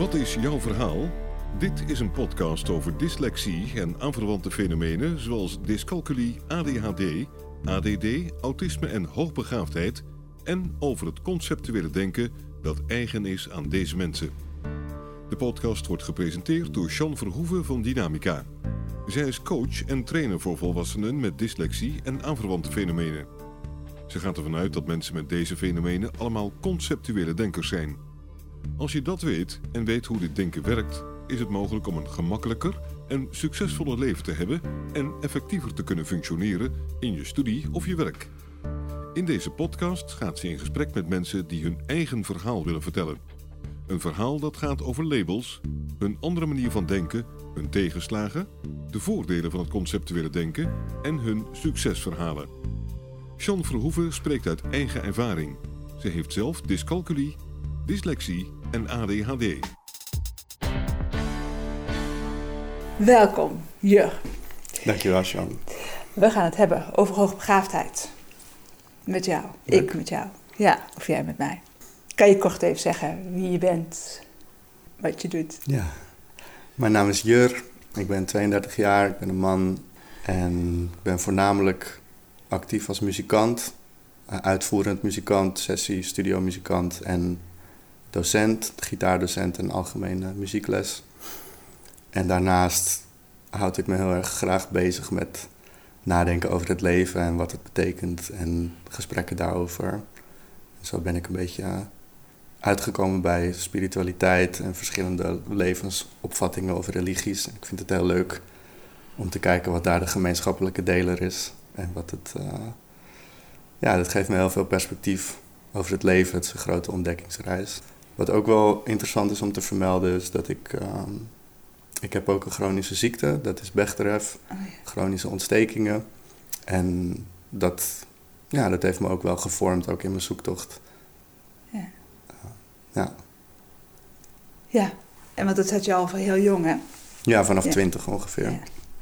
Wat is jouw verhaal? Dit is een podcast over dyslexie en aanverwante fenomenen zoals dyscalculie, ADHD, ADD, autisme en hoogbegaafdheid en over het conceptuele denken dat eigen is aan deze mensen. De podcast wordt gepresenteerd door Jean Verhoeven van Dynamica. Zij is coach en trainer voor volwassenen met dyslexie en aanverwante fenomenen. Ze gaat ervan uit dat mensen met deze fenomenen allemaal conceptuele denkers zijn. Als je dat weet en weet hoe dit denken werkt, is het mogelijk om een gemakkelijker en succesvoller leven te hebben en effectiever te kunnen functioneren in je studie of je werk. In deze podcast gaat ze in gesprek met mensen die hun eigen verhaal willen vertellen. Een verhaal dat gaat over labels, hun andere manier van denken, hun tegenslagen, de voordelen van het conceptuele denken en hun succesverhalen. Jean Verhoeven spreekt uit eigen ervaring. Ze heeft zelf dyscalculie, dyslexie en ADHD. Welkom, Jur. Dankjewel, Jean. We gaan het hebben over hoogbegaafdheid. Met jou. Leuk. Ik met jou. Ja, of jij met mij. Kan je kort even zeggen wie je bent, wat je doet? Ja, mijn naam is Jur. Ik ben 32 jaar, ik ben een man en ik ben voornamelijk actief als muzikant. Uitvoerend muzikant, studiomuzikant en docent, gitaardocent en algemene muziekles. En daarnaast houd ik me heel erg graag bezig met nadenken over het leven en wat het betekent en gesprekken daarover. En zo ben ik een beetje uitgekomen bij spiritualiteit en verschillende levensopvattingen of religies. Ik vind het heel leuk om te kijken wat daar de gemeenschappelijke deler is. En wat het, dat geeft me heel veel perspectief over het leven. Het is een grote ontdekkingsreis. Wat ook wel interessant is om te vermelden is dat ik heb ook een chronische ziekte. Dat is Bechterew, chronische ontstekingen. En dat heeft me ook wel gevormd, ook in mijn zoektocht. Ja, en want dat had je al van heel jong, hè? Ja, vanaf 20 ongeveer.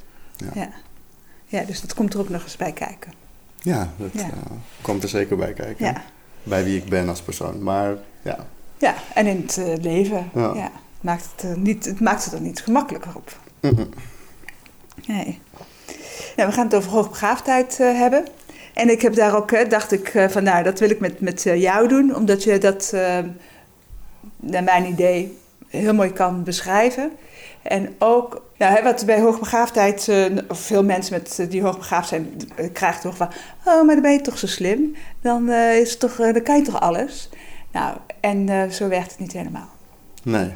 Ja, dus dat komt er ook nog eens bij kijken. Ja, dat komt er zeker bij kijken. Ja. Bij wie ik ben als persoon, maar ja. Ja, en in het leven. Ja. Ja. Het maakt het er niet gemakkelijker op. Mm-hmm. Nee. Nou, we gaan het over hoogbegaafdheid hebben. En ik heb daar ook, dacht ik, dat wil ik met jou doen. Omdat je dat, naar mijn idee, heel mooi kan beschrijven. En ook, wat bij hoogbegaafdheid, veel mensen die hoogbegaafd zijn, krijgen toch van, oh, maar dan ben je toch zo slim. Dan kan je toch alles. Nou, en zo werkt het niet helemaal. Nee.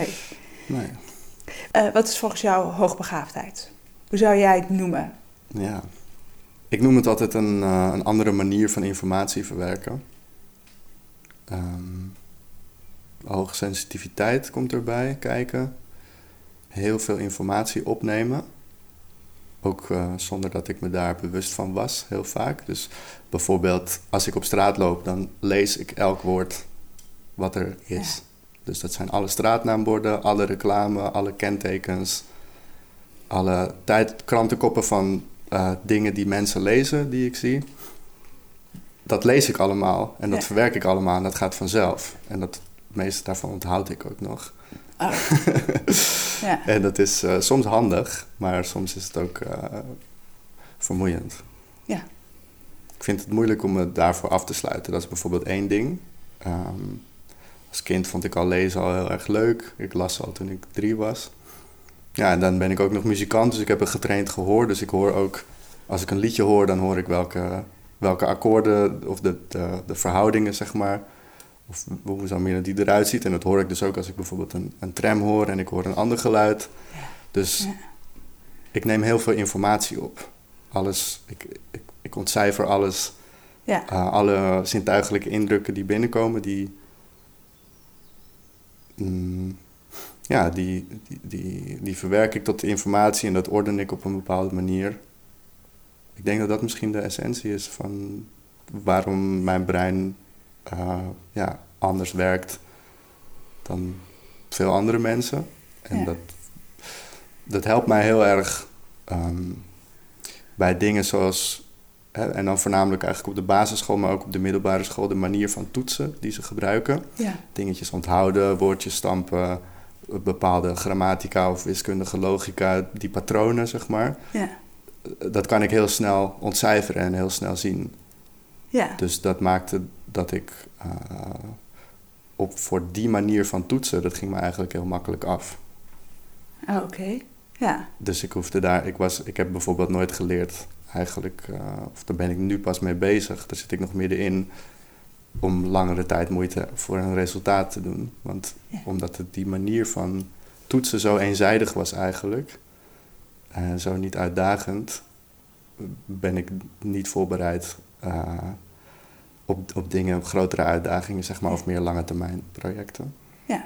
Wat is volgens jou hoogbegaafdheid? Hoe zou jij het noemen? Ja, ik noem het altijd een andere manier van informatie verwerken. Hoge sensitiviteit komt erbij kijken. Heel veel informatie opnemen. Ook zonder dat ik me daar bewust van was, heel vaak. Dus bijvoorbeeld als ik op straat loop, dan lees ik elk woord wat er is. Ja. Dus dat zijn alle straatnaamborden, alle reclame, alle kentekens, alle krantenkoppen van dingen die mensen lezen, die ik zie. Dat lees ik allemaal en dat verwerk ik allemaal en dat gaat vanzelf. En het meeste daarvan onthoud ik ook nog. Oh. Ja. En dat is soms handig, maar soms is het ook vermoeiend. Ja. Ik vind het moeilijk om me daarvoor af te sluiten. Dat is bijvoorbeeld één ding. Als kind vond ik al lezen al heel erg leuk. Ik las al toen ik 3 was. Ja, en dan ben ik ook nog muzikant, dus ik heb een getraind gehoor. Dus ik hoor ook, als ik een liedje hoor, dan hoor ik welke akkoorden of de verhoudingen, zeg maar. Of hoe zo'n melodie eruit ziet. En dat hoor ik dus ook als ik bijvoorbeeld een tram hoor en ik hoor een ander geluid. Ja. Dus ik neem heel veel informatie op. Alles, ik ontcijfer alles. Ja. Alle zintuigelijke indrukken die binnenkomen, die verwerk ik tot informatie en dat orden ik op een bepaalde manier. Ik denk dat dat misschien de essentie is van waarom mijn brein anders werkt dan veel andere mensen. En dat helpt mij heel erg bij dingen zoals, en dan voornamelijk eigenlijk op de basisschool, maar ook op de middelbare school, de manier van toetsen die ze gebruiken. Ja. Dingetjes onthouden, woordjes stampen, bepaalde grammatica of wiskundige logica, die patronen, zeg maar. Ja. Dat kan ik heel snel ontcijferen en heel snel zien. Ja. Dus dat maakte dat ik voor die manier van toetsen, dat ging me eigenlijk heel makkelijk af. Oh, oké. Ja. Dus ik heb bijvoorbeeld nooit geleerd eigenlijk, of daar ben ik nu pas mee bezig, daar zit ik nog middenin, om langere tijd moeite voor een resultaat te doen. Want omdat het die manier van toetsen zo eenzijdig was eigenlijk, en zo niet uitdagend, ben ik niet voorbereid op dingen, op grotere uitdagingen, zeg maar, of meer lange termijn projecten. Ja.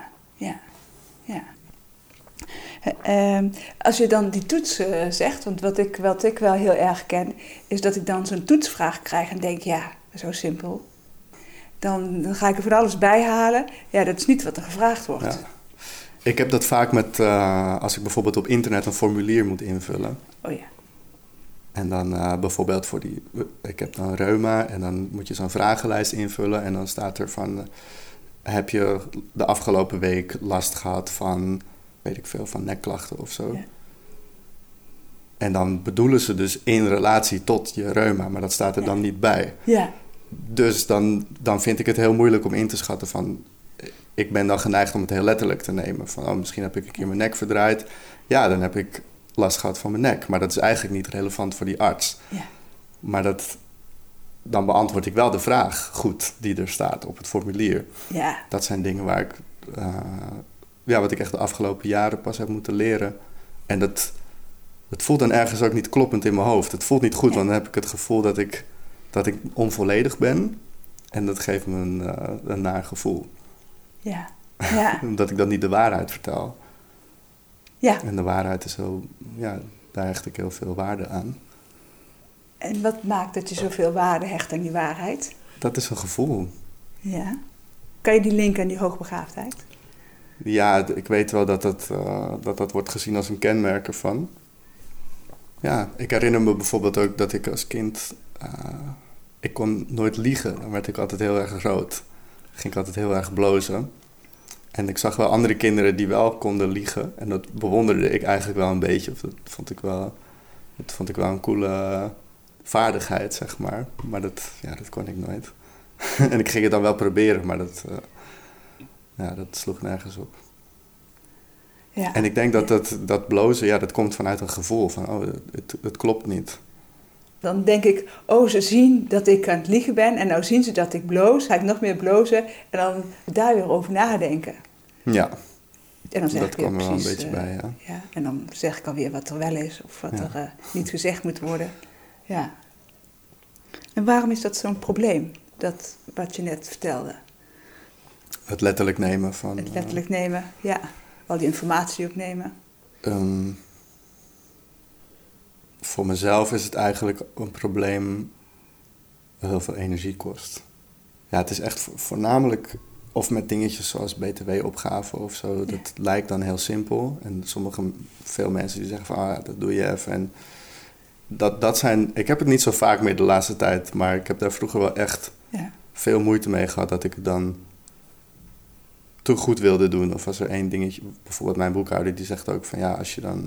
Als je dan die toets zegt, want wat ik wel heel erg ken, is dat ik dan zo'n toetsvraag krijg en denk, ja, zo simpel. Dan ga ik er van alles bij halen. Ja, dat is niet wat er gevraagd wordt. Ja. Ik heb dat vaak met, als ik bijvoorbeeld op internet een formulier moet invullen. Oh ja. En dan bijvoorbeeld ik heb dan reuma en dan moet je zo'n vragenlijst invullen. En dan staat er van, heb je de afgelopen week last gehad van, weet ik veel, van nekklachten of zo. Ja. En dan bedoelen ze dus in relatie tot je reuma, maar dat staat er dan niet bij. Ja. Dus dan vind ik het heel moeilijk om in te schatten van, ik ben dan geneigd om het heel letterlijk te nemen. Van, misschien heb ik een keer mijn nek verdraaid. Ja, dan heb ik last gehad van mijn nek. Maar dat is eigenlijk niet relevant voor die arts. Ja. Maar dan beantwoord ik wel de vraag goed die er staat op het formulier. Ja. Dat zijn dingen waar ik, wat ik echt de afgelopen jaren pas heb moeten leren. En het voelt dan ergens ook niet kloppend in mijn hoofd. Het voelt niet goed, want dan heb ik het gevoel dat ik onvolledig ben. En dat geeft me een naar gevoel. Ja. Ja. Omdat ik dan niet de waarheid vertel. Ja. En de waarheid is daar hecht ik heel veel waarde aan. En wat maakt dat je zoveel waarde hecht aan die waarheid? Dat is een gevoel. Ja. Kan je die linken aan die hoogbegaafdheid? Ja, ik weet wel dat wordt gezien als een kenmerk ervan. Ja, ik herinner me bijvoorbeeld ook dat ik als kind, ik kon nooit liegen. Dan werd ik altijd heel erg rood. Ging ik altijd heel erg blozen. En ik zag wel andere kinderen die wel konden liegen. En dat bewonderde ik eigenlijk wel een beetje. Of dat vond ik wel een coole vaardigheid, zeg maar. Maar dat kon ik nooit. En ik ging het dan wel proberen, maar dat sloeg nergens op. Ja. En ik denk dat blozen, dat komt vanuit een gevoel van, het klopt niet. Dan denk ik, ze zien dat ik aan het liegen ben en nou zien ze dat ik bloos, ga ik nog meer blozen en dan daar weer over nadenken. Ja, en dan zeg dat ik weer kwam er wel een precies, beetje bij, ja. Ja. En dan zeg ik alweer wat er wel is of wat er niet gezegd moet worden. Ja. En waarom is dat zo'n probleem, dat wat je net vertelde? Het letterlijk nemen van... Het letterlijk nemen, ja. Al die informatie opnemen. Voor mezelf is het eigenlijk een probleem dat heel veel energie kost. Ja, het is echt voornamelijk, of met dingetjes zoals btw-opgave of zo, dat lijkt dan heel simpel. En veel mensen die zeggen van, dat doe je even. En dat zijn, ik heb het niet zo vaak meer de laatste tijd, maar ik heb daar vroeger wel echt veel moeite mee gehad dat ik het dan te goed wilde doen. Of als er één dingetje, bijvoorbeeld mijn boekhouder, die zegt ook van als je dan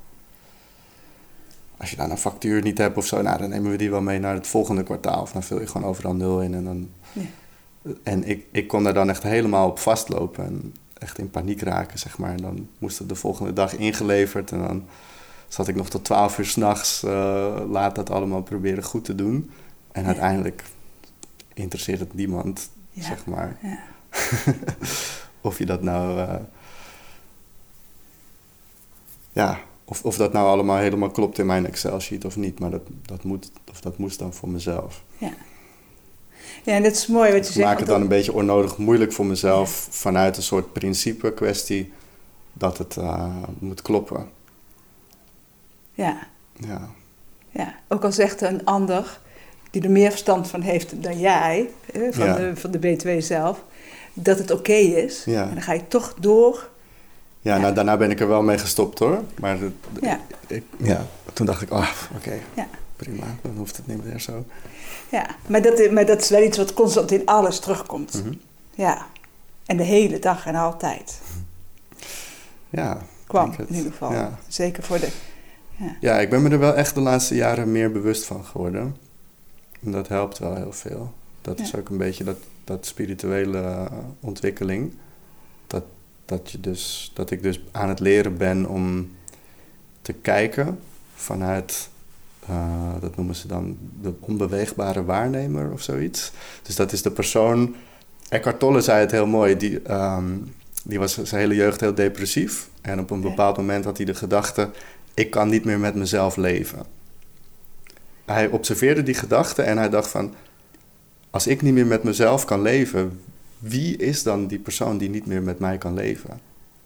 een factuur niet hebt of zo, dan nemen we die wel mee naar het volgende kwartaal. Of dan vul je gewoon overal 0 in. En dan... Ja. En ik kon daar dan echt helemaal op vastlopen. En echt in paniek raken, zeg maar. En dan moest het de volgende dag ingeleverd. En dan zat ik nog tot 12 uur 's nachts laat dat allemaal proberen goed te doen. En uiteindelijk interesseert het niemand, zeg maar. Ja. Of je dat nou... Of dat nou allemaal helemaal klopt in mijn Excel-sheet of niet. Maar dat moest dan voor mezelf. Ja. Ja, en dat is mooi wat je zegt. Ik maak het dan een beetje onnodig moeilijk voor mezelf vanuit een soort principe-kwestie dat het moet kloppen. Ja. Ja. Ja. Ook al zegt een ander die er meer verstand van heeft dan jij, van de BTW zelf, dat het oké is. Ja. En dan ga je toch door. Ja, nou daarna ben ik er wel mee gestopt hoor. Maar toen dacht ik, oké. Ja. Prima, dan hoeft het niet meer zo. Ja, maar dat is wel iets wat constant in alles terugkomt. Mm-hmm. Ja, en de hele dag en altijd. Ja. Kwam in ieder geval. Ja. Zeker voor de... Ja, ik ben me er wel echt de laatste jaren meer bewust van geworden. En dat helpt wel heel veel. Dat is ook een beetje dat spirituele ontwikkeling. Dat ik dus aan het leren ben om te kijken vanuit, dat noemen ze dan de onbeweegbare waarnemer of zoiets. Dus dat is de persoon... Eckhart Tolle zei het heel mooi. Die was zijn hele jeugd heel depressief. En op een bepaald moment had hij de gedachte... ik kan niet meer met mezelf leven. Hij observeerde die gedachte en hij dacht van... als ik niet meer met mezelf kan leven... wie is dan die persoon die niet meer met mij kan leven?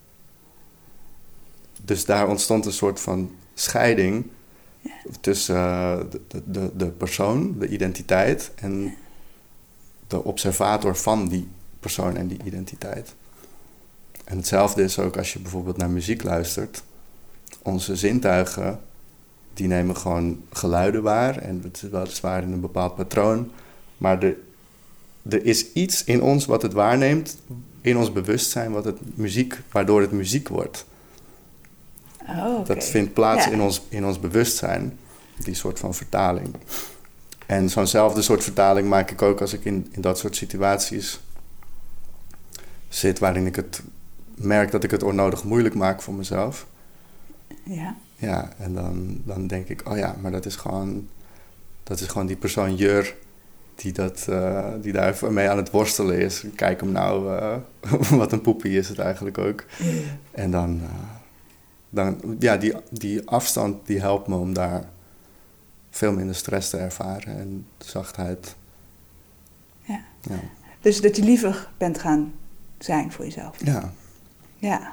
Dus daar ontstond een soort van scheiding... tussen de persoon, de identiteit... en de observator van die persoon en die identiteit. En hetzelfde is ook als je bijvoorbeeld naar muziek luistert. Onze zintuigen, die nemen gewoon geluiden waar. En het is weliswaar in een bepaald patroon. Maar er is iets in ons wat het waarneemt, in ons bewustzijn, waardoor het muziek wordt. Oh, okay. Dat vindt plaats in ons bewustzijn, die soort van vertaling. En zo'nzelfde soort vertaling maak ik ook als ik in dat soort situaties zit... waarin ik het merk dat ik het onnodig moeilijk maak voor mezelf. Ja. Ja, en dan denk ik, oh ja, maar dat is gewoon die persoon Jur... die daar mee aan het worstelen is. Kijk hem nou, wat een poepie is het eigenlijk ook. Ja. En dan die afstand die helpt me om daar... veel minder stress te ervaren en zachtheid. Ja. Dus dat je liever bent gaan zijn voor jezelf. Ja.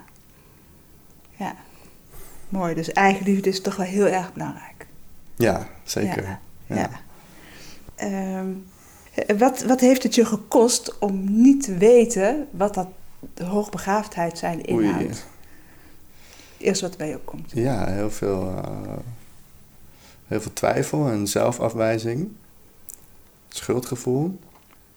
Mooi, dus eigenliefde is toch wel heel erg belangrijk. Ja, zeker. Ja. Wat heeft het je gekost om niet te weten wat dat de hoogbegaafdheid zijn inhoudt? Oei. Eerst wat bij je opkomt. Ja, heel veel twijfel en zelfafwijzing. Schuldgevoel.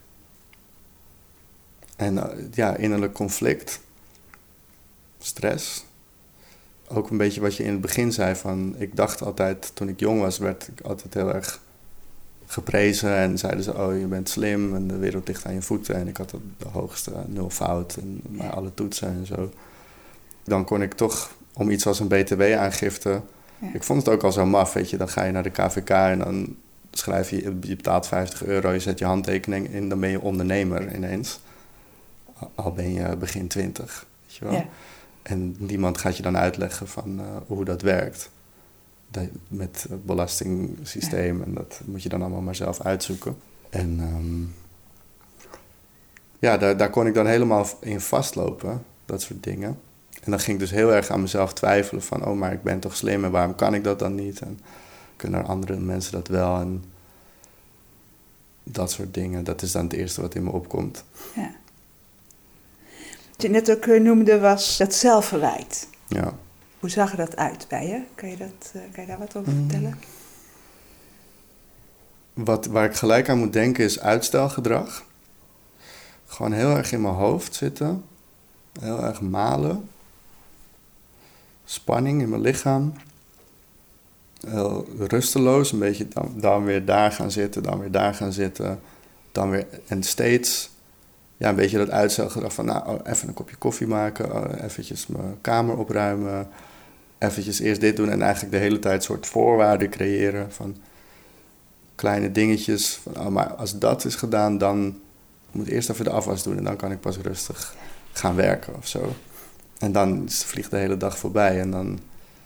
En innerlijk conflict. Stress. Ook een beetje wat je in het begin zei van... ik dacht altijd, toen ik jong was, werd ik altijd heel erg geprezen. En zeiden ze, oh, je bent slim en de wereld ligt aan je voeten. En ik had de hoogste 0 fout en maar alle toetsen en zo. Dan kon ik toch om iets als een btw-aangifte... Ja. Ik vond het ook al zo maf, weet je. Dan ga je naar de KVK en dan schrijf je betaalt €50, je zet je handtekening in, dan ben je ondernemer ineens. Al ben je begin 20, weet je wel. Ja. En niemand gaat je dan uitleggen van hoe dat werkt. Met het belastingssysteem en dat moet je dan allemaal maar zelf uitzoeken. En daar kon ik dan helemaal in vastlopen, dat soort dingen. En dan ging ik dus heel erg aan mezelf twijfelen van... oh, maar ik ben toch slim en waarom kan ik dat dan niet? En kunnen andere mensen dat wel? En dat soort dingen, dat is dan het eerste wat in me opkomt. Ja. Wat je net ook noemde was dat zelfverwijt. Ja. Hoe zag dat uit bij je? Kan je daar wat over vertellen? Waar ik gelijk aan moet denken is uitstelgedrag. Gewoon heel erg in mijn hoofd zitten. Heel erg malen. Spanning in mijn lichaam. Heel rusteloos, een beetje dan weer daar gaan zitten, dan weer daar gaan zitten. Dan weer, en steeds een beetje dat uitstelgedrag van... nou, even een kopje koffie maken, eventjes mijn kamer opruimen... eventjes eerst dit doen en eigenlijk de hele tijd een soort voorwaarden creëren... van kleine dingetjes. Van, maar als dat is gedaan, dan moet ik eerst even de afwas doen... en dan kan ik pas rustig gaan werken of zo. En dan vliegt de hele dag voorbij en dan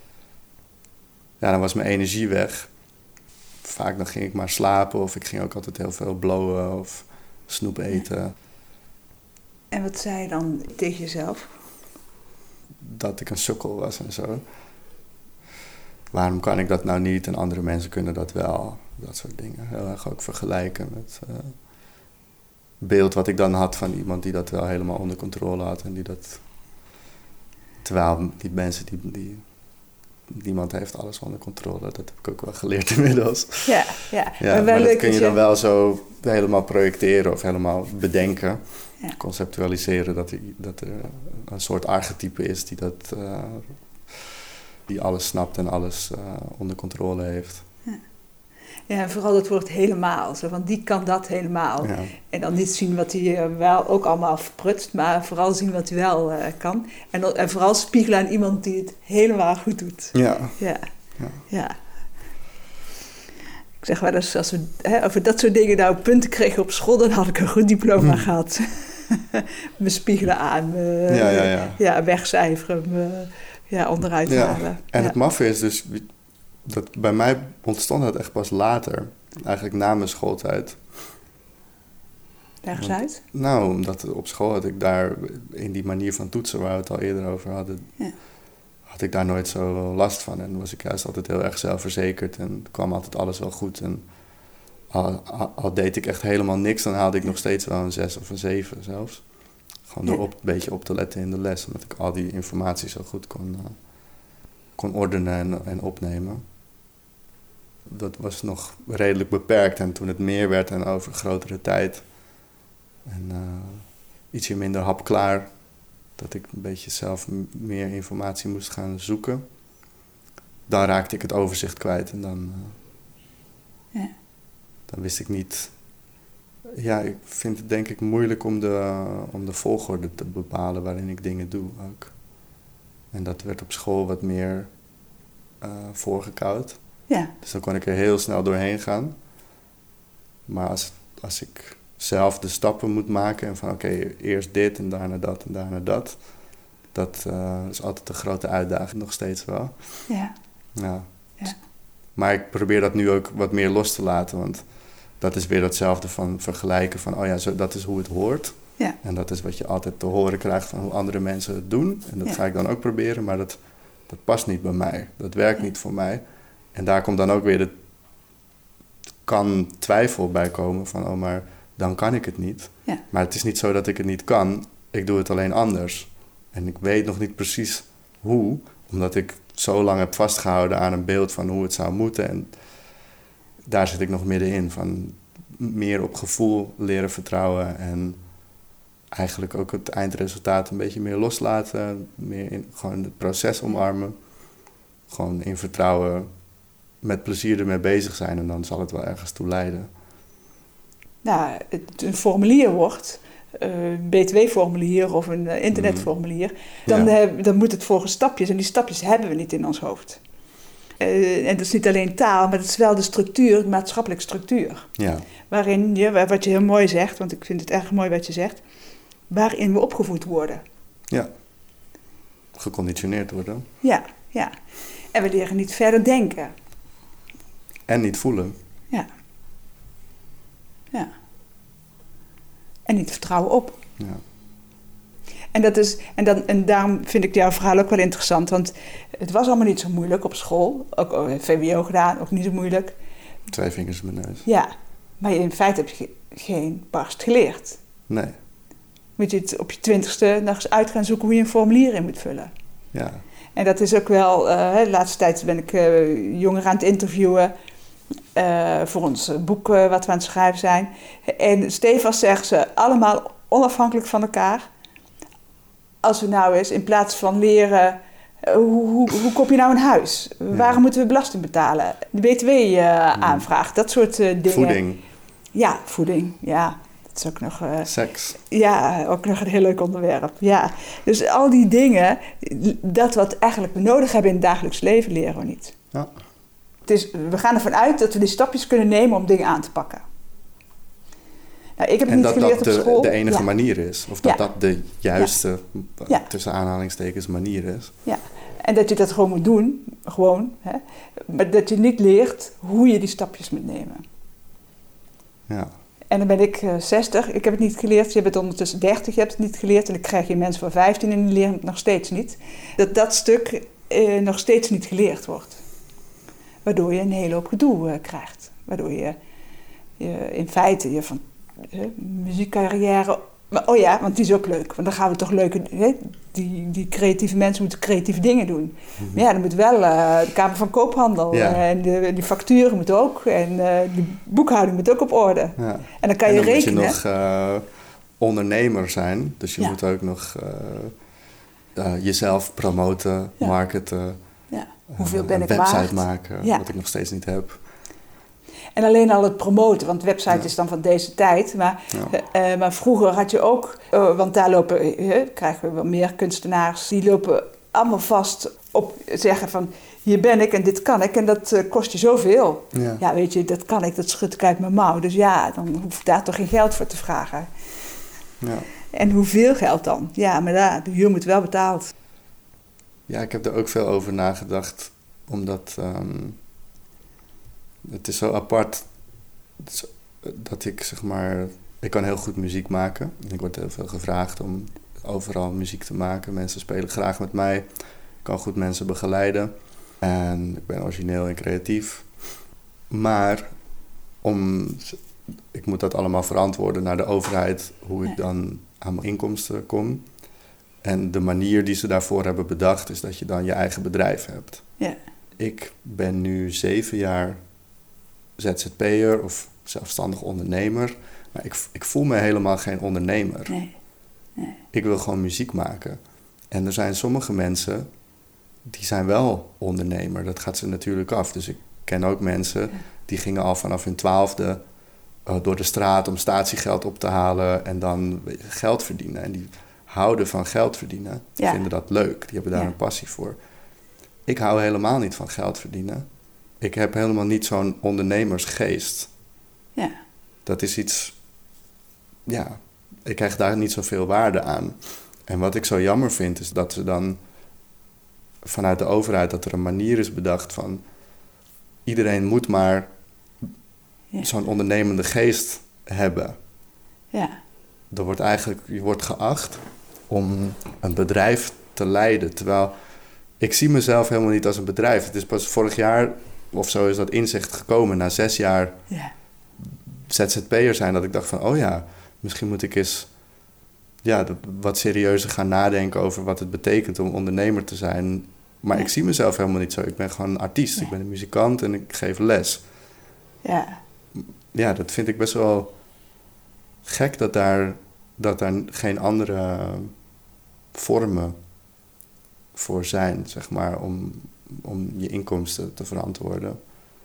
was mijn energie weg. Vaak dan ging ik maar slapen of ik ging ook altijd heel veel blowen of snoep eten. En wat zei je dan tegen jezelf? Dat ik een sukkel was en zo. Waarom kan ik dat nou niet en andere mensen kunnen dat wel? Dat soort dingen. Heel erg ook vergelijken met beeld wat ik dan had van iemand die dat wel helemaal onder controle had. En die dat... Terwijl die mensen niemand heeft alles onder controle. Dat heb ik ook wel geleerd inmiddels. Ja. Maar dat kun je dan wel zo helemaal projecteren of helemaal bedenken. Ja. Conceptualiseren dat er een soort archetype is die alles snapt en alles onder controle heeft. Ja, en vooral het woord helemaal. Zo van, die kan dat helemaal. Ja. En dan niet zien wat hij wel ook allemaal verprutst, maar vooral zien wat hij wel kan. En vooral spiegelen aan iemand die het helemaal goed doet. Ja. Ik zeg wel eens, als we over dat soort dingen nou punten kregen op school, dan had ik een goed diploma gehad. Me spiegelen aan, wegcijferen, onderuit halen. En het maffe is dus, dat bij mij ontstond dat echt pas later. Eigenlijk na mijn schooltijd. Leg eens uit. Nou, omdat op school had ik daar, in die manier van toetsen waar we het al eerder over hadden, had ik daar nooit zo last van. En was ik juist altijd heel erg zelfverzekerd en kwam altijd alles wel goed. En al deed ik echt helemaal niks, dan haalde ik nog steeds wel een 6 of een 7 zelfs. Gewoon door een beetje op te letten in de les, omdat ik al die informatie zo goed kon ordenen en opnemen. Dat was nog redelijk beperkt. En toen het meer werd en over grotere tijd en ietsje minder hapklaar, dat ik een beetje zelf meer informatie moest gaan zoeken, dan raakte ik het overzicht kwijt. En dan wist ik niet. Ja, ik vind het denk ik moeilijk om de volgorde te bepalen waarin ik dingen doe ook. En dat werd op school wat meer voorgekoud. Ja. Dus dan kon ik er heel snel doorheen gaan. Maar als ik zelf de stappen moet maken en van oké, eerst dit en daarna dat en daarna dat. Dat is altijd een grote uitdaging, nog steeds wel. Ja. Maar ik probeer dat nu ook wat meer los te laten, want dat is weer datzelfde van vergelijken van dat is hoe het hoort. Ja. En dat is wat je altijd te horen krijgt van hoe andere mensen het doen. En dat ga ik dan ook proberen, maar dat past niet bij mij. Dat werkt niet voor mij. En daar komt dan ook weer kan twijfel bij komen van, maar dan kan ik het niet. Ja. Maar het is niet zo dat ik het niet kan. Ik doe het alleen anders. En ik weet nog niet precies hoe, omdat ik zo lang heb vastgehouden aan een beeld van hoe het zou moeten. En daar zit ik nog middenin, van meer op gevoel leren vertrouwen en eigenlijk ook het eindresultaat een beetje meer loslaten, meer in gewoon het proces omarmen, gewoon in vertrouwen, met plezier ermee bezig zijn en dan zal het wel ergens toe leiden. Nou, het een formulier wordt, een BTW-formulier of een internetformulier, dan moet het volgens stapjes en die stapjes hebben we niet in ons hoofd. En dat is niet alleen taal, maar het is wel de structuur, de maatschappelijke structuur. Ja. Waarin je, wat je heel mooi zegt, want ik vind het erg mooi wat je zegt, waarin we opgevoed worden. Ja, geconditioneerd worden. Ja. En we leren niet verder denken. En niet voelen. Ja. En niet vertrouwen op. Ja. En daarom vind ik jouw verhaal ook wel interessant, want het was allemaal niet zo moeilijk op school. Ook VWO gedaan, ook niet zo moeilijk. 2 vingers in mijn neus. Ja, maar in feite heb je geen barst geleerd. Nee. Moet je het op je 20ste nog eens uit gaan zoeken hoe je een formulier in moet vullen. Ja. En dat is ook wel, de laatste tijd ben ik jongeren aan het interviewen voor ons boek wat we aan het schrijven zijn. En stevast zeggen ze allemaal onafhankelijk van elkaar. Als we nou eens in plaats van leren, hoe koop je nou een huis? Waarom moeten we belasting betalen? De BTW-aanvraag, dat soort dingen. Voeding. Ja, voeding, ja. Dat is ook nog... Seks. Ja, ook nog een heel leuk onderwerp. Ja. Dus al die dingen, dat wat eigenlijk we nodig hebben in het dagelijks leven, leren we niet. Ja. We gaan ervan uit dat we die stapjes kunnen nemen om dingen aan te pakken. Nou, ik heb het niet geleerd op school. En dat de enige manier is. Of dat de juiste, tussen aanhalingstekens, manier is. Ja, en dat je dat gewoon moet doen. Gewoon. Hè? Maar dat je niet leert hoe je die stapjes moet nemen. Ja. En dan ben ik 60. Ik heb het niet geleerd. Je bent ondertussen 30. Je hebt het niet geleerd. En dan krijg je mensen van 15 en die leren het nog steeds niet. Dat stuk nog steeds niet geleerd wordt. Waardoor je een hele hoop gedoe krijgt. Waardoor je in feite je muziekcarrière Maar, oh ja, want die is ook leuk. Want dan gaan we toch leuke... Hè? Die creatieve mensen moeten creatieve dingen doen. Mm-hmm. Maar ja, dan moet wel de Kamer van Koophandel. Ja. En die facturen moeten ook. En de boekhouding moet ook op orde. Ja. En dan kan je rekenen. Moet je nog ondernemer zijn. Dus je moet ook nog jezelf promoten, marketen. Ja. Hoeveel ben ik waard? Een waard? website maken, wat ik nog steeds niet heb. En alleen al het promoten, want website is dan van deze tijd. Maar, maar vroeger had je ook, want daar krijgen we wel meer kunstenaars. Die lopen allemaal vast op zeggen van, hier ben ik en dit kan ik. En dat kost je zoveel. Ja, weet je, dat kan ik, dat schud ik uit mijn mouw. Dus ja, dan hoef ik daar toch geen geld voor te vragen. Ja. En hoeveel geld dan? Ja, maar de huur moet wel betaald. Ja, ik heb er ook veel over nagedacht. Omdat... het is zo apart dat ik, zeg maar... Ik kan heel goed muziek maken. Ik word heel veel gevraagd om overal muziek te maken. Mensen spelen graag met mij. Ik kan goed mensen begeleiden. En ik ben origineel en creatief. Maar ik moet dat allemaal verantwoorden naar de overheid... hoe ik dan aan mijn inkomsten kom. En de manier die ze daarvoor hebben bedacht... is dat je dan je eigen bedrijf hebt. Ja. Ik ben nu 7 jaar... ZZP'er of zelfstandig ondernemer. Maar ik voel me helemaal geen ondernemer. Nee. Ik wil gewoon muziek maken. En er zijn sommige mensen... die zijn wel ondernemer. Dat gaat ze natuurlijk af. Dus ik ken ook mensen... die gingen al vanaf hun 12e... door de straat om statiegeld op te halen... en dan geld verdienen. En die houden van geld verdienen. Die vinden dat leuk. Die hebben daar een passie voor. Ik hou helemaal niet van geld verdienen... Ik heb helemaal niet zo'n ondernemersgeest. Ja. Dat is iets... Ja, ik krijg daar niet zoveel waarde aan. En wat ik zo jammer vind, is dat ze dan... vanuit de overheid, dat er een manier is bedacht van... iedereen moet maar zo'n ondernemende geest hebben. Ja. Je wordt geacht om een bedrijf te leiden. Terwijl ik zie mezelf helemaal niet als een bedrijf. Het is pas vorig jaar... of zo is dat inzicht gekomen na 6 jaar ZZP'er zijn... dat ik dacht van, oh ja, misschien moet ik eens wat serieuzer gaan nadenken... over wat het betekent om ondernemer te zijn. Maar ik zie mezelf helemaal niet zo. Ik ben gewoon een artiest. Ik ben een muzikant en ik geef les. Ja. Ja, dat vind ik best wel gek dat daar geen andere vormen voor zijn, zeg maar... om je inkomsten te verantwoorden.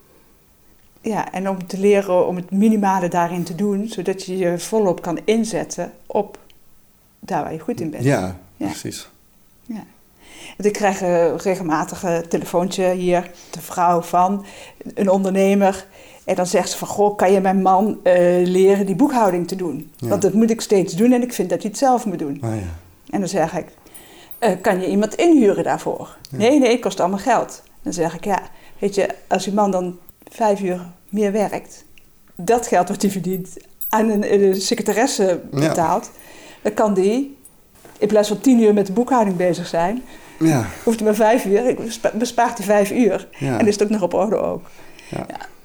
Ja, en om te leren om het minimale daarin te doen... zodat je je volop kan inzetten op daar waar je goed in bent. Ja, precies. Ja. Want ik krijg regelmatig een telefoontje hier... de vrouw van een ondernemer... en dan zegt ze van... goh, kan je mijn man leren die boekhouding te doen? Ja. Want dat moet ik steeds doen en ik vind dat hij het zelf moet doen. Oh, ja. En dan zeg ik... kan je iemand inhuren daarvoor? Ja. Nee, het kost allemaal geld. Dan zeg ik, weet je, als je man dan 5 uur meer werkt... dat geld wat hij verdient aan een secretaresse betaalt... dan kan die in plaats van 10 uur met de boekhouding bezig zijn... hoeft hij maar 5 uur, bespaart hij 5 uur. Ja. En is het ook nog op orde ook. Ja.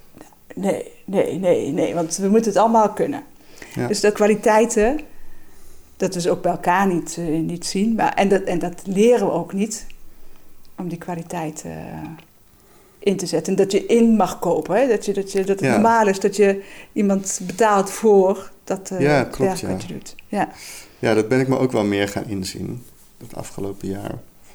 Nee, want we moeten het allemaal kunnen. Ja. Dus de kwaliteiten... dat we ook bij elkaar niet zien. Maar, en dat leren we ook niet. Om die kwaliteit in te zetten. En dat je in mag kopen. Hè? Dat het normaal is dat je iemand betaalt voor dat werk wat je doet. Ja. Ja, dat ben ik me ook wel meer gaan inzien. Het afgelopen jaar.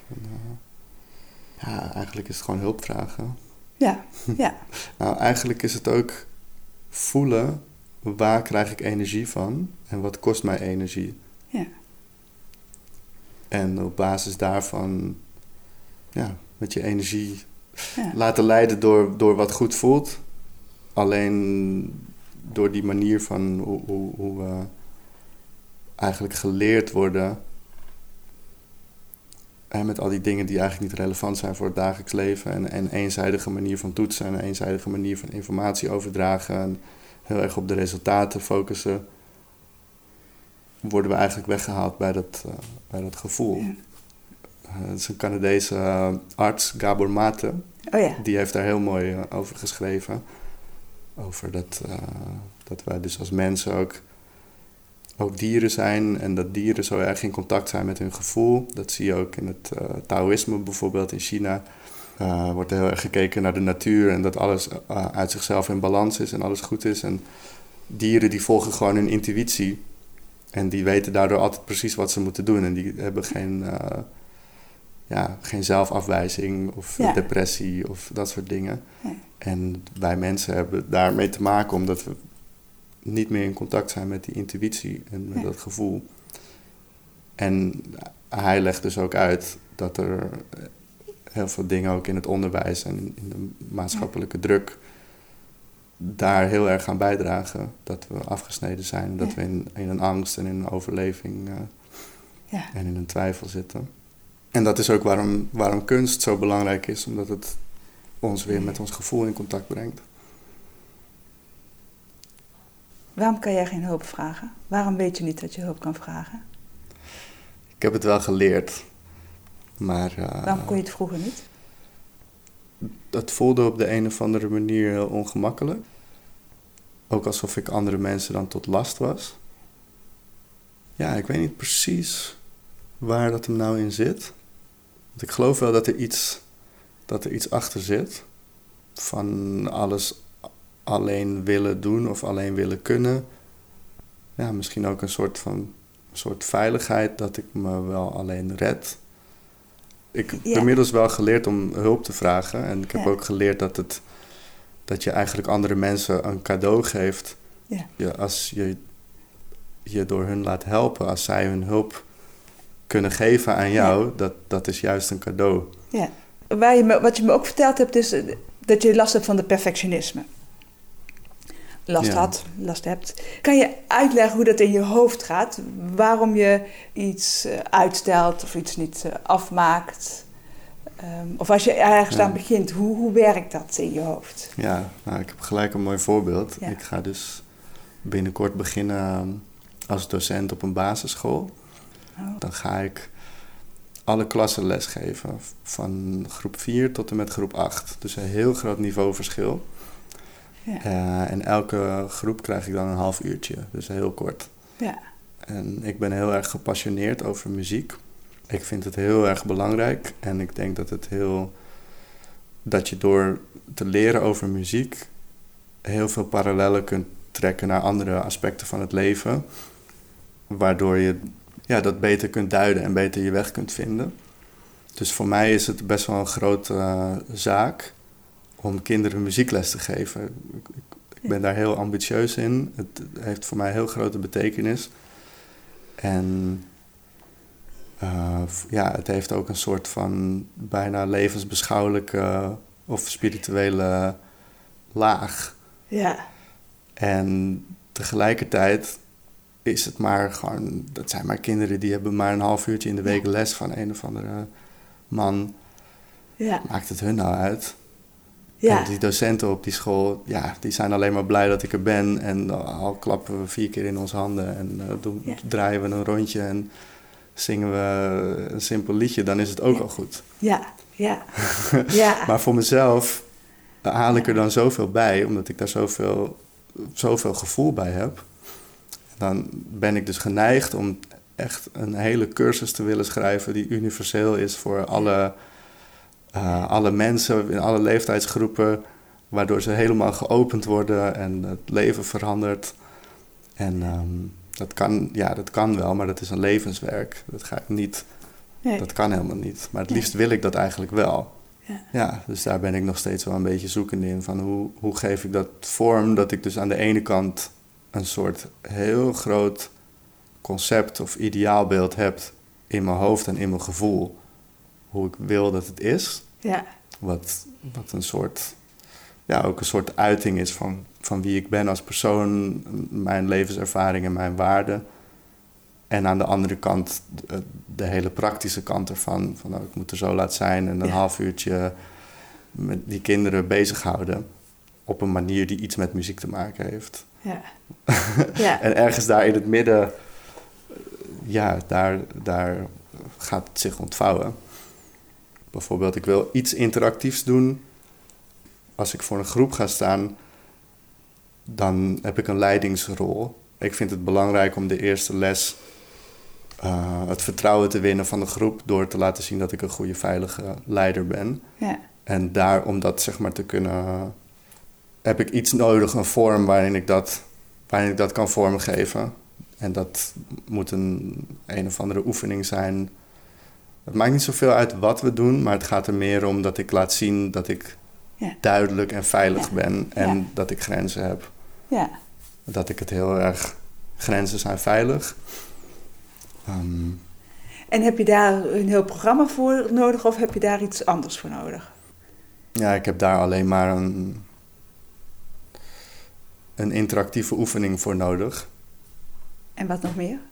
Eigenlijk is het gewoon hulp vragen. Ja. Nou, eigenlijk is het ook voelen... waar krijg ik energie van? En wat kost mij energie? Ja. En op basis daarvan... met je energie laten leiden door wat goed voelt. Alleen door die manier van hoe we eigenlijk geleerd worden... en met al die dingen die eigenlijk niet relevant zijn voor het dagelijks leven... en een eenzijdige manier van toetsen... en een eenzijdige manier van informatie overdragen... en heel erg op de resultaten focussen... worden we eigenlijk weggehaald bij dat gevoel. Ja. Het is een Canadese arts, Gabor Mate. Oh ja. Die heeft daar heel mooi over geschreven. Over dat wij dus als mensen ook ook dieren zijn en dat dieren zo erg in contact zijn met hun gevoel. Dat zie je ook in het Taoïsme bijvoorbeeld in China. Wordt heel erg gekeken naar de natuur en dat alles uit zichzelf in balans is en alles goed is. En dieren die volgen gewoon hun intuïtie en die weten daardoor altijd precies wat ze moeten doen. En die hebben geen zelfafwijzing of depressie of dat soort dingen. Ja. En wij mensen hebben daarmee te maken omdat we niet meer in contact zijn met die intuïtie en met dat gevoel. En hij legt dus ook uit dat er heel veel dingen ook in het onderwijs en in de maatschappelijke druk daar heel erg aan bijdragen. Dat we afgesneden zijn, dat we in een angst en in een overleving en in een twijfel zitten. En dat is ook waarom kunst zo belangrijk is, omdat het ons weer met ons gevoel in contact brengt. Waarom kan jij geen hulp vragen? Waarom weet je niet dat je hulp kan vragen? Ik heb het wel geleerd, maar... waarom kon je het vroeger niet? Het voelde op de een of andere manier heel ongemakkelijk. Ook alsof ik andere mensen dan tot last was. Ja, ik weet niet precies waar dat hem nou in zit. Want ik geloof wel dat er iets achter zit. Van alles alleen willen doen of alleen willen kunnen. Ja, misschien ook een soort veiligheid dat ik me wel alleen red. Ik heb inmiddels wel geleerd om hulp te vragen. En ik heb ook geleerd dat je eigenlijk andere mensen een cadeau geeft. Ja. Als je je door hun laat helpen, als zij hun hulp kunnen geven aan jou, dat is juist een cadeau. Ja. Wat je me ook verteld hebt, is dat je last hebt van de perfectionisme. Last hebt. Kan je uitleggen hoe dat in je hoofd gaat? Waarom je iets uitstelt of iets niet afmaakt? Of als je ergens aan begint, hoe werkt dat in je hoofd? Ja, nou, ik heb gelijk een mooi voorbeeld. Ja. Ik ga dus binnenkort beginnen als docent op een basisschool. Oh. Dan ga ik alle klassen lesgeven, van groep 4 tot en met groep 8. Dus een heel groot niveauverschil. Ja. En elke groep krijg ik dan een half uurtje, dus heel kort. Ja. En ik ben heel erg gepassioneerd over muziek. Ik vind het heel erg belangrijk en ik denk dat je door te leren over muziek heel veel parallellen kunt trekken naar andere aspecten van het leven, waardoor je dat beter kunt duiden en beter je weg kunt vinden. Dus voor mij is het best wel een grote zaak om kinderen muziekles te geven. Ik ben daar heel ambitieus in. Het heeft voor mij heel grote betekenis. En het heeft ook een soort van bijna levensbeschouwelijke of spirituele laag. Ja. En tegelijkertijd is het maar gewoon... Dat zijn maar kinderen die hebben maar een half uurtje in de week les van een of andere man. Ja. Maakt het hun nou uit? Ja. En die docenten op die school, die zijn alleen maar blij dat ik er ben. En al klappen we 4 keer in onze handen en draaien we een rondje en zingen we een simpel liedje, dan is het ook al goed. Ja. Maar voor mezelf haal ik er dan zoveel bij, omdat ik daar zoveel gevoel bij heb. Dan ben ik dus geneigd om echt een hele cursus te willen schrijven die universeel is voor alle mensen in alle leeftijdsgroepen, waardoor ze helemaal geopend worden en het leven verandert. En dat kan wel, maar dat is een levenswerk. Dat ga ik niet. Nee. Dat kan helemaal niet. Maar het liefst wil ik dat eigenlijk wel. Ja, dus daar ben ik nog steeds wel een beetje zoekende in. Van hoe geef ik dat vorm, dat ik dus aan de ene kant een soort heel groot concept of ideaalbeeld heb in mijn hoofd en in mijn gevoel. Hoe ik wil dat het is. Ja. Wat een soort... ook een soort uiting is van wie ik ben als persoon, mijn levenservaring en mijn waarden. En aan de andere kant de hele praktische kant ervan. Van ik moet er zo laat zijn en een half uurtje met die kinderen bezighouden. Op een manier die iets met muziek te maken heeft. Ja. En ergens daar in het midden, daar gaat het zich ontvouwen. Bijvoorbeeld, ik wil iets interactiefs doen. Als ik voor een groep ga staan, dan heb ik een leidingsrol. Ik vind het belangrijk om de eerste les het vertrouwen te winnen van de groep door te laten zien dat ik een goede, veilige leider ben. Ja. En daar, om dat zeg maar te kunnen, heb ik iets nodig, een vorm waarin ik dat kan vormgeven. En dat moet een of andere oefening zijn. Het maakt niet zoveel uit wat we doen, maar het gaat er meer om dat ik laat zien dat ik duidelijk en veilig ben en dat ik grenzen heb. Ja. Dat ik het heel erg... Grenzen zijn veilig. En heb je daar een heel programma voor nodig of heb je daar iets anders voor nodig? Ja, ik heb daar alleen maar een interactieve oefening voor nodig. En wat nog meer?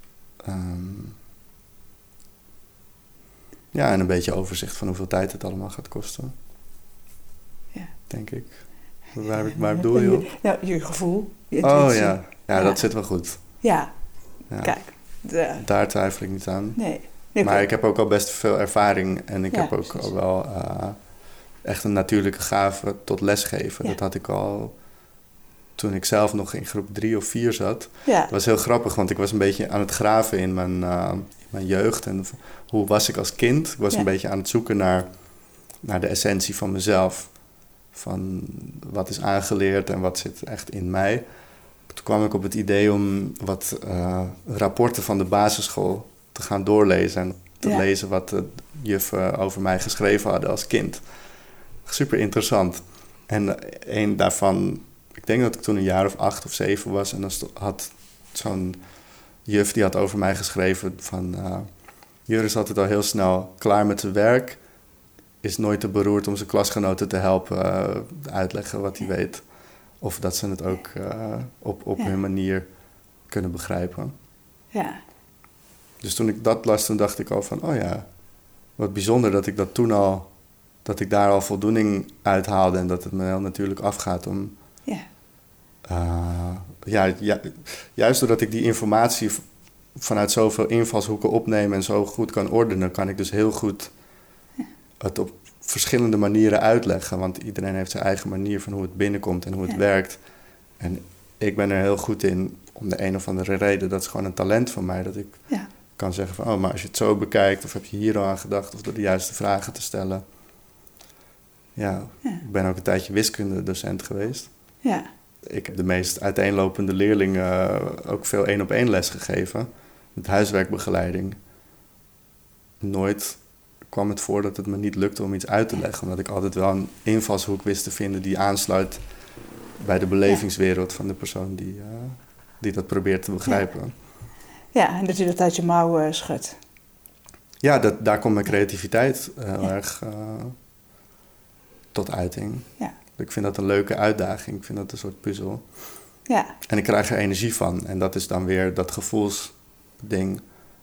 Ja, en een beetje overzicht van hoeveel tijd het allemaal gaat kosten. Ja. Denk ik. Waar bedoel je op? Nou, je gevoel, je intuïtie. Oh ja. Ja, dat zit wel goed. Ja, Ja. kijk. Daar twijfel ik niet aan. Nee, maar ik heb ook al best veel ervaring. En ik heb ook precies. al wel echt een natuurlijke gave tot lesgeven. Ja. Dat had ik al toen ik zelf nog in groep 3 of 4 zat. Ja. Dat was heel grappig, want ik was een beetje aan het graven in mijn jeugd. En hoe was ik als kind? Ik was een beetje aan het zoeken naar de essentie van mezelf. Van wat is aangeleerd en wat zit echt in mij. Toen kwam ik op het idee om wat rapporten van de basisschool te gaan doorlezen. En te lezen wat de juffen over mij geschreven hadden als kind. Super interessant. En een daarvan, ik denk dat ik toen een jaar of 8 of 7 was. En dan had zo'n juf die had over mij geschreven van... Jur is altijd al heel snel klaar met zijn werk. Is nooit te beroerd om zijn klasgenoten te helpen uitleggen wat hij weet. Of dat ze het ook op hun manier kunnen begrijpen. Ja. Dus toen ik dat las, toen dacht ik al van... oh ja, wat bijzonder dat ik dat toen al... dat ik daar al voldoening uit haalde... en dat het me heel natuurlijk afgaat om... juist doordat ik die informatie vanuit zoveel invalshoeken opneem... en zo goed kan ordenen... kan ik dus heel goed het op verschillende manieren uitleggen. Want iedereen heeft zijn eigen manier van hoe het binnenkomt en hoe het werkt. En ik ben er heel goed in, om de een of andere reden. Dat is gewoon een talent van mij. Dat ik kan zeggen van, oh, maar als je het zo bekijkt... of heb je hier al aan gedacht, of door de juiste vragen te stellen. Ja, ik ben ook een tijdje wiskundedocent geweest. Ja. Ik heb de meest uiteenlopende leerlingen ook veel 1-op-1 les gegeven. Met huiswerkbegeleiding. Nooit kwam het voor dat het me niet lukte om iets uit te leggen. Omdat ik altijd wel een invalshoek wist te vinden die aansluit bij de belevingswereld van de persoon die dat probeert te begrijpen. Ja, en dat je dat uit je mouw schudt. Ja, daar komt mijn creativiteit heel erg tot uiting. Ja. Ik vind dat een leuke uitdaging. Ik vind dat een soort puzzel. Ja. En ik krijg er energie van. En dat is dan weer dat gevoelsding.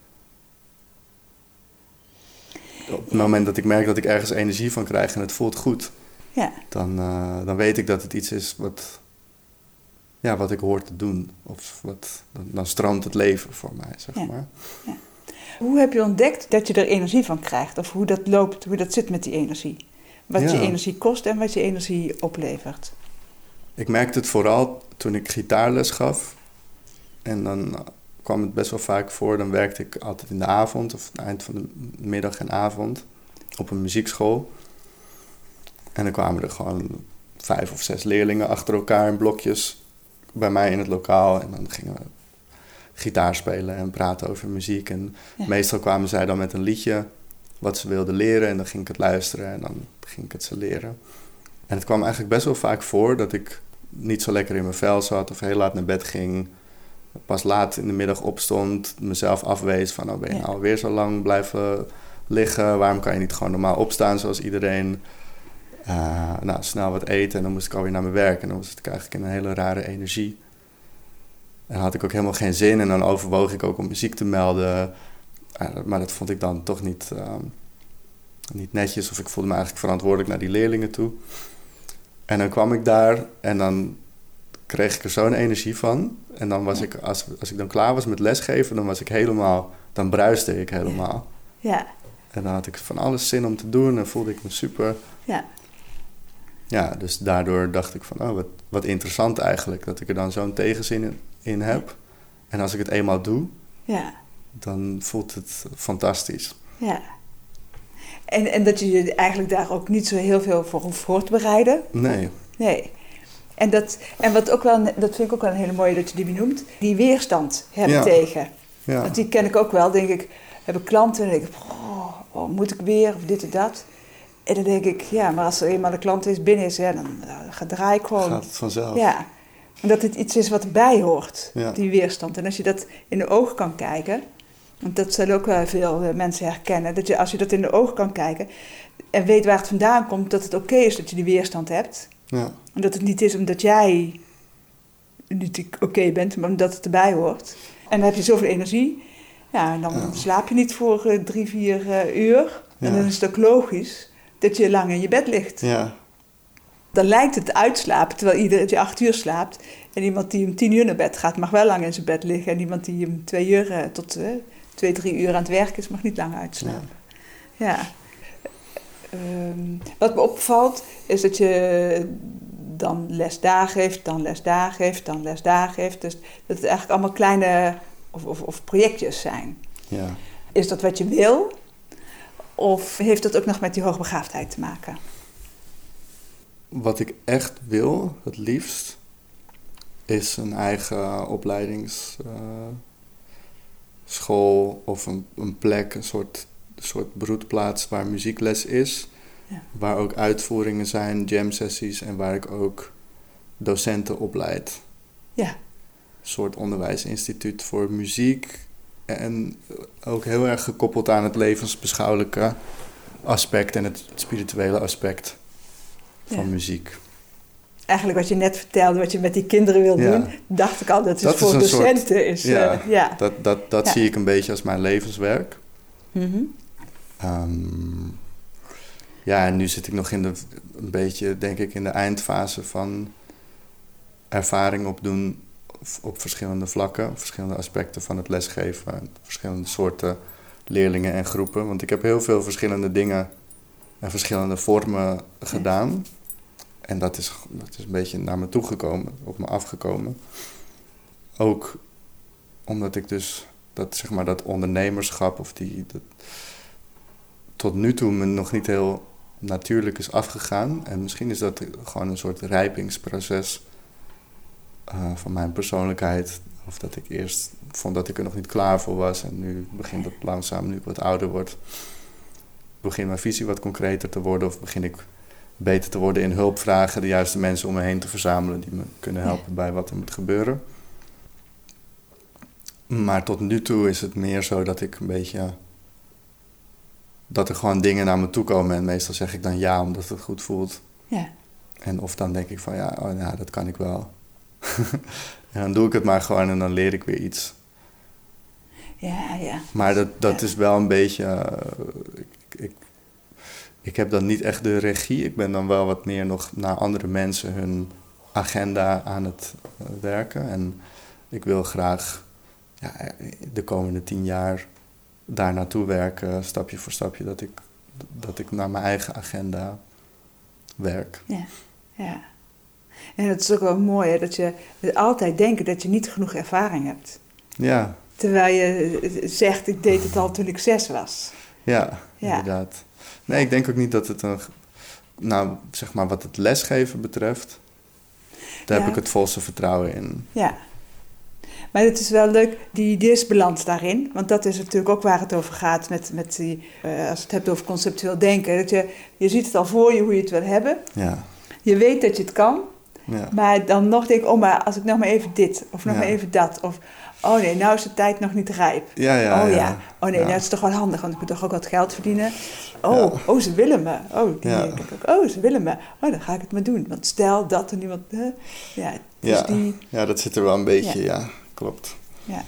Op het moment dat ik merk dat ik ergens energie van krijg en het voelt goed... dan weet ik dat het iets is wat ik hoor te doen. Of dan stroomt het leven voor mij, zeg maar. Ja. Hoe heb je ontdekt dat je er energie van krijgt? Of hoe dat loopt, hoe dat zit met die energie? Wat je energie kost en wat je energie oplevert. Ik merkte het vooral toen ik gitaarles gaf. En dan kwam het best wel vaak voor. Dan werkte ik altijd in de avond of het eind van de middag en avond op een muziekschool. En dan kwamen er gewoon 5 of 6 leerlingen achter elkaar in blokjes bij mij in het lokaal. En dan gingen we gitaar spelen en praten over muziek. En meestal kwamen zij dan met een liedje wat ze wilden leren. En dan ging ik het luisteren en dan ging ik het ze leren. En het kwam eigenlijk best wel vaak voor dat ik niet zo lekker in mijn vel zat of heel laat naar bed ging. Pas laat in de middag opstond, mezelf afwees van... oh, ben je nou weer zo lang blijven liggen? Waarom kan je niet gewoon normaal opstaan zoals iedereen? Snel wat eten en dan moest ik alweer naar mijn werk. En dan was ik eigenlijk in een hele rare energie. En dan had ik ook helemaal geen zin. En dan overwoog ik ook om muziek te melden. Maar dat vond ik dan toch niet netjes. Of ik voelde me eigenlijk verantwoordelijk naar die leerlingen toe. En dan kwam ik daar en dan kreeg ik er zo'n energie van. En dan was ik, als ik dan klaar was met lesgeven, dan bruiste ik helemaal. Ja. En dan had ik van alles zin om te doen en voelde ik me super. Ja. Ja, dus daardoor dacht ik van, wat interessant eigenlijk. Dat ik er dan zo'n tegenzin in heb. En als ik het eenmaal doe, Ja. dan voelt het fantastisch. Ja. En dat je je eigenlijk daar ook niet zo heel veel voor hoeft voor te bereiden. Nee. Nee. En wat ook wel, dat vind ik ook wel een hele mooie dat je die benoemt, die weerstand hebben tegen. Ja. Want die ken ik ook wel, denk ik, hebben klanten en dan denk ik, moet ik weer of dit en dat. En dan denk ik, ja, maar als er eenmaal de klant binnen is, ja, dan draai ik gewoon. Gaat het vanzelf. Ja. En dat het iets is wat erbij hoort, Ja. die weerstand. En als je dat in de ogen kan kijken, want dat zullen ook wel veel mensen herkennen, dat je als je dat in de ogen kan kijken en weet waar het vandaan komt, dat het oké is dat je die weerstand hebt. Ja. En dat het niet is omdat jij niet oké bent, maar omdat het erbij hoort. En dan heb je zoveel energie. Ja, en dan slaap je niet voor 3-4 uur. En dan is het ook logisch dat je lang in je bed ligt. Ja. Dan lijkt het uitslapen, terwijl iedereen je 8 uur slaapt. En iemand die om 10 uur naar bed gaat, mag wel lang in zijn bed liggen. En iemand die om 2 uur tot 2-3 uur aan het werk is, mag niet lang uitslapen. Ja. Wat me opvalt, is dat je dan lesdagen heeft, dan lesdagen heeft, dan lesdagen heeft. Dus dat het eigenlijk allemaal kleine of projectjes zijn. Ja. Is dat wat je wil? Of heeft dat ook nog met die hoogbegaafdheid te maken? Wat ik echt wil, het liefst, is een eigen opleidingsschool of een plek, een soort broedplaats waar muziekles is. Ja. Waar ook uitvoeringen zijn, jam sessies en waar ik ook docenten opleid. Ja. Een soort onderwijsinstituut voor muziek. En ook heel erg gekoppeld aan het levensbeschouwelijke aspect en het spirituele aspect van muziek. Eigenlijk wat je net vertelde, wat je met die kinderen wil doen, dacht ik al dat het voor docenten is. Dat zie ik een beetje als mijn levenswerk. Mm-hmm. En nu zit ik nog een beetje, denk ik, in de eindfase van ervaring opdoen op verschillende vlakken, verschillende aspecten van het lesgeven, verschillende soorten leerlingen en groepen. Want ik heb heel veel verschillende dingen en verschillende vormen gedaan. En dat is een beetje naar me toe gekomen, op me afgekomen. Ook omdat ik dus dat ondernemerschap of dat tot nu toe me nog niet heel natuurlijk is afgegaan. En misschien is dat gewoon een soort rijpingsproces van mijn persoonlijkheid. Of dat ik eerst vond dat ik er nog niet klaar voor was. En nu begint het langzaam, nu ik wat ouder word, begint mijn visie wat concreter te worden. Of begin ik beter te worden in hulp vragen, de juiste mensen om me heen te verzamelen die me kunnen helpen bij wat er moet gebeuren. Maar tot nu toe is het meer zo dat ik een beetje, dat er gewoon dingen naar me toe komen en meestal zeg ik dan ja, omdat het goed voelt. Ja. En of dan denk ik van dat kan ik wel. En dan doe ik het maar gewoon en dan leer ik weer iets. Ja. Maar dat is wel een beetje, ik heb dan niet echt de regie. Ik ben dan wel wat meer nog naar andere mensen hun agenda aan het werken. En ik wil graag de komende 10 jaar daar naartoe werken, stapje voor stapje, dat ik naar mijn eigen agenda werk. Ja. En het is ook wel mooi, hè, dat je altijd denkt dat je niet genoeg ervaring hebt. Ja. Terwijl je zegt, ik deed het al toen ik 6 was. Ja, inderdaad. Nee, ik denk ook niet dat het wat het lesgeven betreft, daar heb ik het volste vertrouwen in. Ja. Maar het is wel leuk, die disbalans daarin. Want dat is natuurlijk ook waar het over gaat met die, als je het hebt over conceptueel denken. Dat je ziet het al voor je hoe je het wil hebben. Ja. Je weet dat je het kan. Ja. Maar dan nog denk ik, maar als ik nog maar even dit. Of nog maar even dat. Of, nou is de tijd nog niet rijp. Nou is het toch wel handig. Want ik moet toch ook wat geld verdienen. Ze willen me. Ze willen me. Dan ga ik het maar doen. Want stel dat er niemand... dat zit er wel een beetje, klopt. Ja.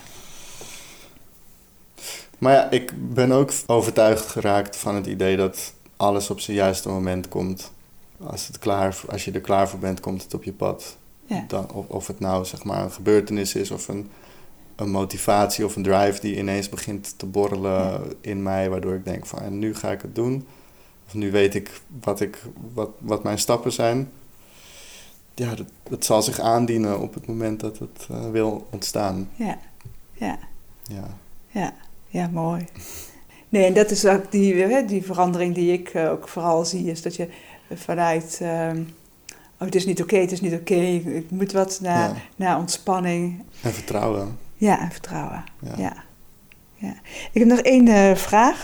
Maar ik ben ook overtuigd geraakt van het idee dat alles op zijn juiste moment komt. Als je er klaar voor bent, komt het op je pad. Ja. Of het nou een gebeurtenis is of een motivatie of een drive die ineens begint te borrelen in mij, waardoor ik denk van en nu ga ik het doen. Of nu weet ik wat mijn stappen zijn. Ja, dat zal zich aandienen op het moment dat het wil ontstaan. Ja. Ja. Ja. Ja, mooi. Nee, en dat is ook die verandering die ik ook vooral zie, is dat je vanuit, het is niet oké, ik moet wat naar ontspanning. En vertrouwen. Ja, en vertrouwen. Ja. Ik heb nog één vraag.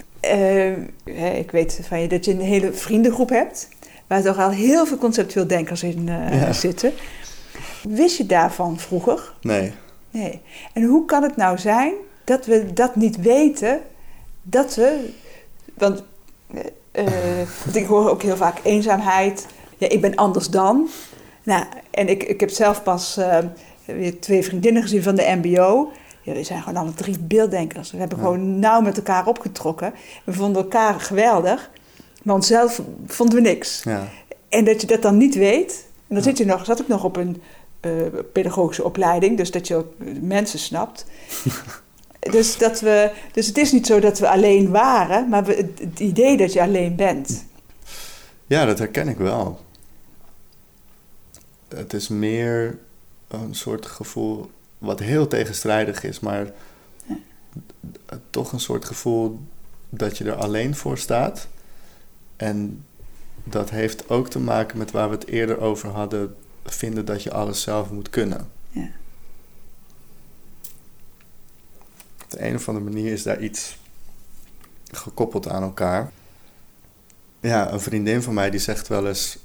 Ik weet van je dat je een hele vriendengroep hebt, waar toch al heel veel conceptueel denkers in zitten. Wist je daarvan vroeger? Nee. En hoe kan het nou zijn dat we dat niet weten, want ik hoor ook heel vaak eenzaamheid. Ja, ik ben anders dan. Nou, en ik heb zelf pas weer 2 vriendinnen gezien van de MBO. Ja, we zijn gewoon allemaal 3 beelddenkers. We hebben gewoon nauw met elkaar opgetrokken. We vonden elkaar geweldig, maar onszelf vonden we niks. Ja. En dat je dat dan niet weet. En dan zat ik nog op een pedagogische opleiding, dus dat je ook mensen snapt. Dus het is niet zo dat we alleen waren, maar het idee dat je alleen bent. Ja, dat herken ik wel. Het is meer een soort gevoel wat heel tegenstrijdig is, maar toch een soort gevoel dat je er alleen voor staat. En dat heeft ook te maken met waar we het eerder over hadden, vinden dat je alles zelf moet kunnen. Ja. Op de een of andere manier is daar iets gekoppeld aan elkaar. Ja, een vriendin van mij die zegt wel eens,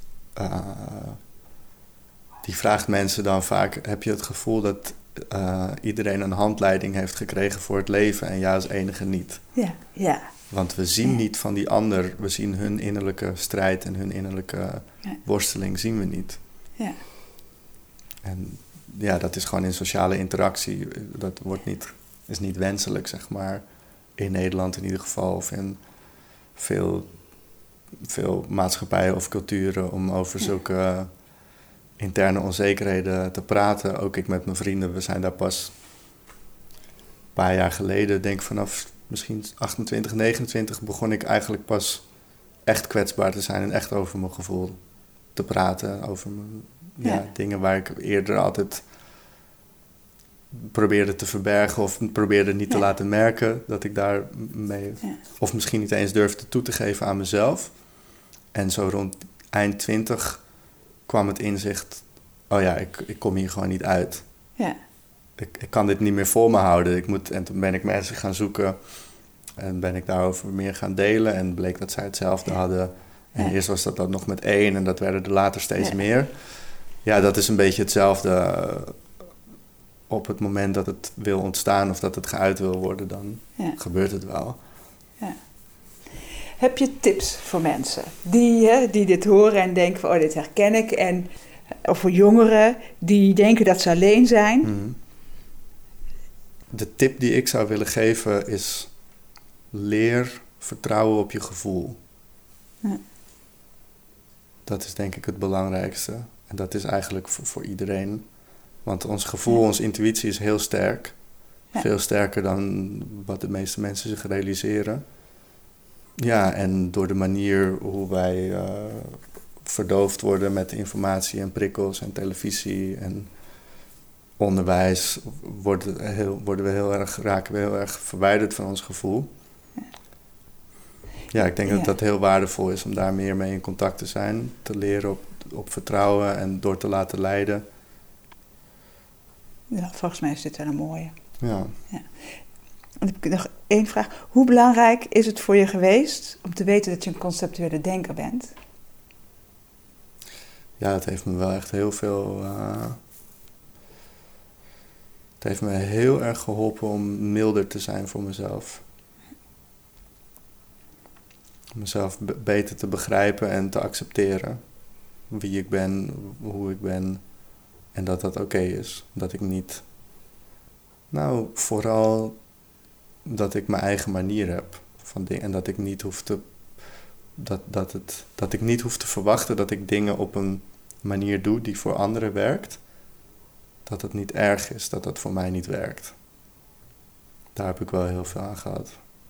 die vraagt mensen dan vaak, heb je het gevoel dat iedereen een handleiding heeft gekregen voor het leven en jij als enige niet? Ja. Want we zien niet van die ander, we zien hun innerlijke strijd en hun innerlijke worsteling zien we niet. Ja. En ja, dat is gewoon in sociale interactie, dat is niet wenselijk, zeg maar, in Nederland in ieder geval, of in veel maatschappijen of culturen, om over zulke interne onzekerheden te praten. Ook ik met mijn vrienden, we zijn daar pas een paar jaar geleden, denk vanaf misschien 28, 29, begon ik eigenlijk pas echt kwetsbaar te zijn en echt over mijn gevoel te praten. Over dingen waar ik eerder altijd probeerde te verbergen of probeerde niet te laten merken dat ik daar mee, of misschien niet eens durfde toe te geven aan mezelf. En zo rond eind 20 kwam het inzicht, ik kom hier gewoon niet uit. Ja. Ik kan dit niet meer voor me houden. En toen ben ik mensen gaan zoeken en ben ik daarover meer gaan delen en bleek dat zij hetzelfde hadden. En eerst was dat nog met 1 en dat werden er later steeds meer. Ja, dat is een beetje hetzelfde. Op het moment dat het wil ontstaan of dat het geuit wil worden, dan gebeurt het wel. Ja. Heb je tips voor mensen die dit horen en denken van, dit herken ik, of voor jongeren die denken dat ze alleen zijn? Mm-hmm. De tip die ik zou willen geven is, leer vertrouwen op je gevoel. Ja. Dat is denk ik het belangrijkste. En dat is eigenlijk voor iedereen. Want ons gevoel, onze intuïtie is heel sterk. Ja. Veel sterker dan wat de meeste mensen zich realiseren. Ja, en door de manier hoe wij verdoofd worden met informatie en prikkels en televisie en onderwijs, raken we heel erg verwijderd van ons gevoel. Ja, ik denk dat dat heel waardevol is om daar meer mee in contact te zijn. Te leren op vertrouwen en door te laten leiden. Ja, volgens mij is dit wel een mooie. Ja. Dan heb ik nog 1 vraag. Hoe belangrijk is het voor je geweest om te weten dat je een conceptuele denker bent? Ja, het heeft me wel echt heel veel... het heeft me heel erg geholpen om milder te zijn voor mezelf. Om mezelf beter te begrijpen en te accepteren. Wie ik ben, hoe ik ben. En dat dat oké is. Dat ik niet... Nou, vooral dat ik mijn eigen manier heb van dingen. En dat ik niet hoef te... Dat ik niet hoef te verwachten dat ik dingen op een manier doe die voor anderen werkt. Dat het niet erg is dat dat voor mij niet werkt. Daar heb ik wel heel veel aan gehad.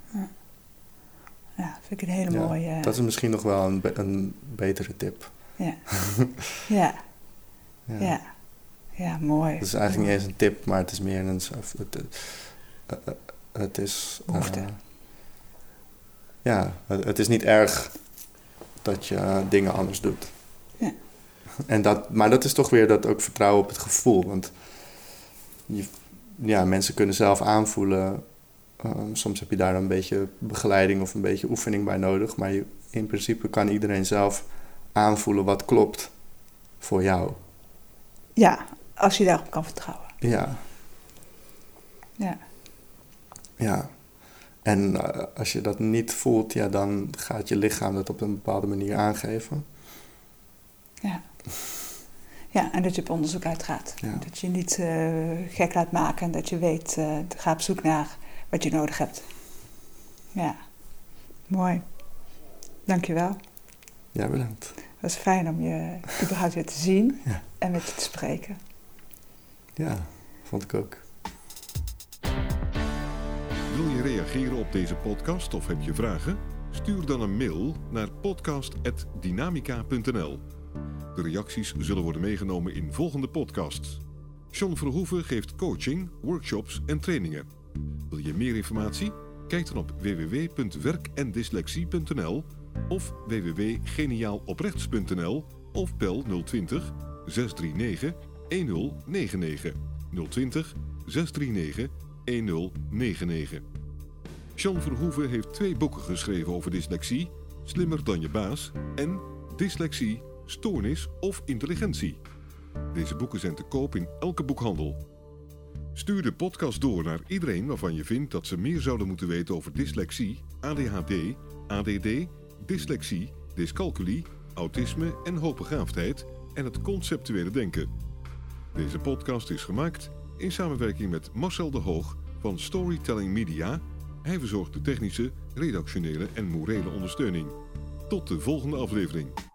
Ja, vind ik een hele mooie... Dat is misschien nog wel een betere tip. Ja. Ja. Ja, mooi. Het is eigenlijk niet eens een tip, maar het is meer een... Het is... Behoefte. Het is niet erg dat je dingen anders doet. Ja. Maar dat is toch weer dat ook vertrouwen op het gevoel. Want mensen kunnen zelf aanvoelen. Soms heb je daar een beetje begeleiding of een beetje oefening bij nodig. Maar in principe kan iedereen zelf aanvoelen wat klopt voor jou. Ja, als je daarop kan vertrouwen. Ja. Ja. Ja. En als je dat niet voelt, dan gaat je lichaam dat op een bepaalde manier aangeven. Ja. Ja, en dat je op onderzoek uitgaat. Ja. Dat je niet gek laat maken en dat je weet, ga op zoek naar wat je nodig hebt. Ja, mooi. Dankjewel. Ja, bedankt. Het was fijn om je überhaupt weer te zien en met je te spreken. Ja, vond ik ook. Wil je reageren op deze podcast of heb je vragen? Stuur dan een mail naar podcast@dynamica.nl. De reacties zullen worden meegenomen in volgende podcasts. John Verhoeven geeft coaching, workshops en trainingen. Wil je meer informatie? Kijk dan op www.werkendyslexie.nl of www.geniaaloprechts.nl of bel 020 639 1099 020 639 1099. John Verhoeven heeft 2 boeken geschreven over dyslexie, Slimmer dan je baas en Dyslexie, stoornis of intelligentie. Deze boeken zijn te koop in elke boekhandel. Stuur de podcast door naar iedereen waarvan je vindt dat ze meer zouden moeten weten over dyslexie, ADHD, ADD, dyslexie, dyscalculie, autisme en hoogbegaafdheid en het conceptuele denken. Deze podcast is gemaakt in samenwerking met Marcel de Hoog van Storytelling Media. Hij verzorgt de technische, redactionele en morele ondersteuning. Tot de volgende aflevering.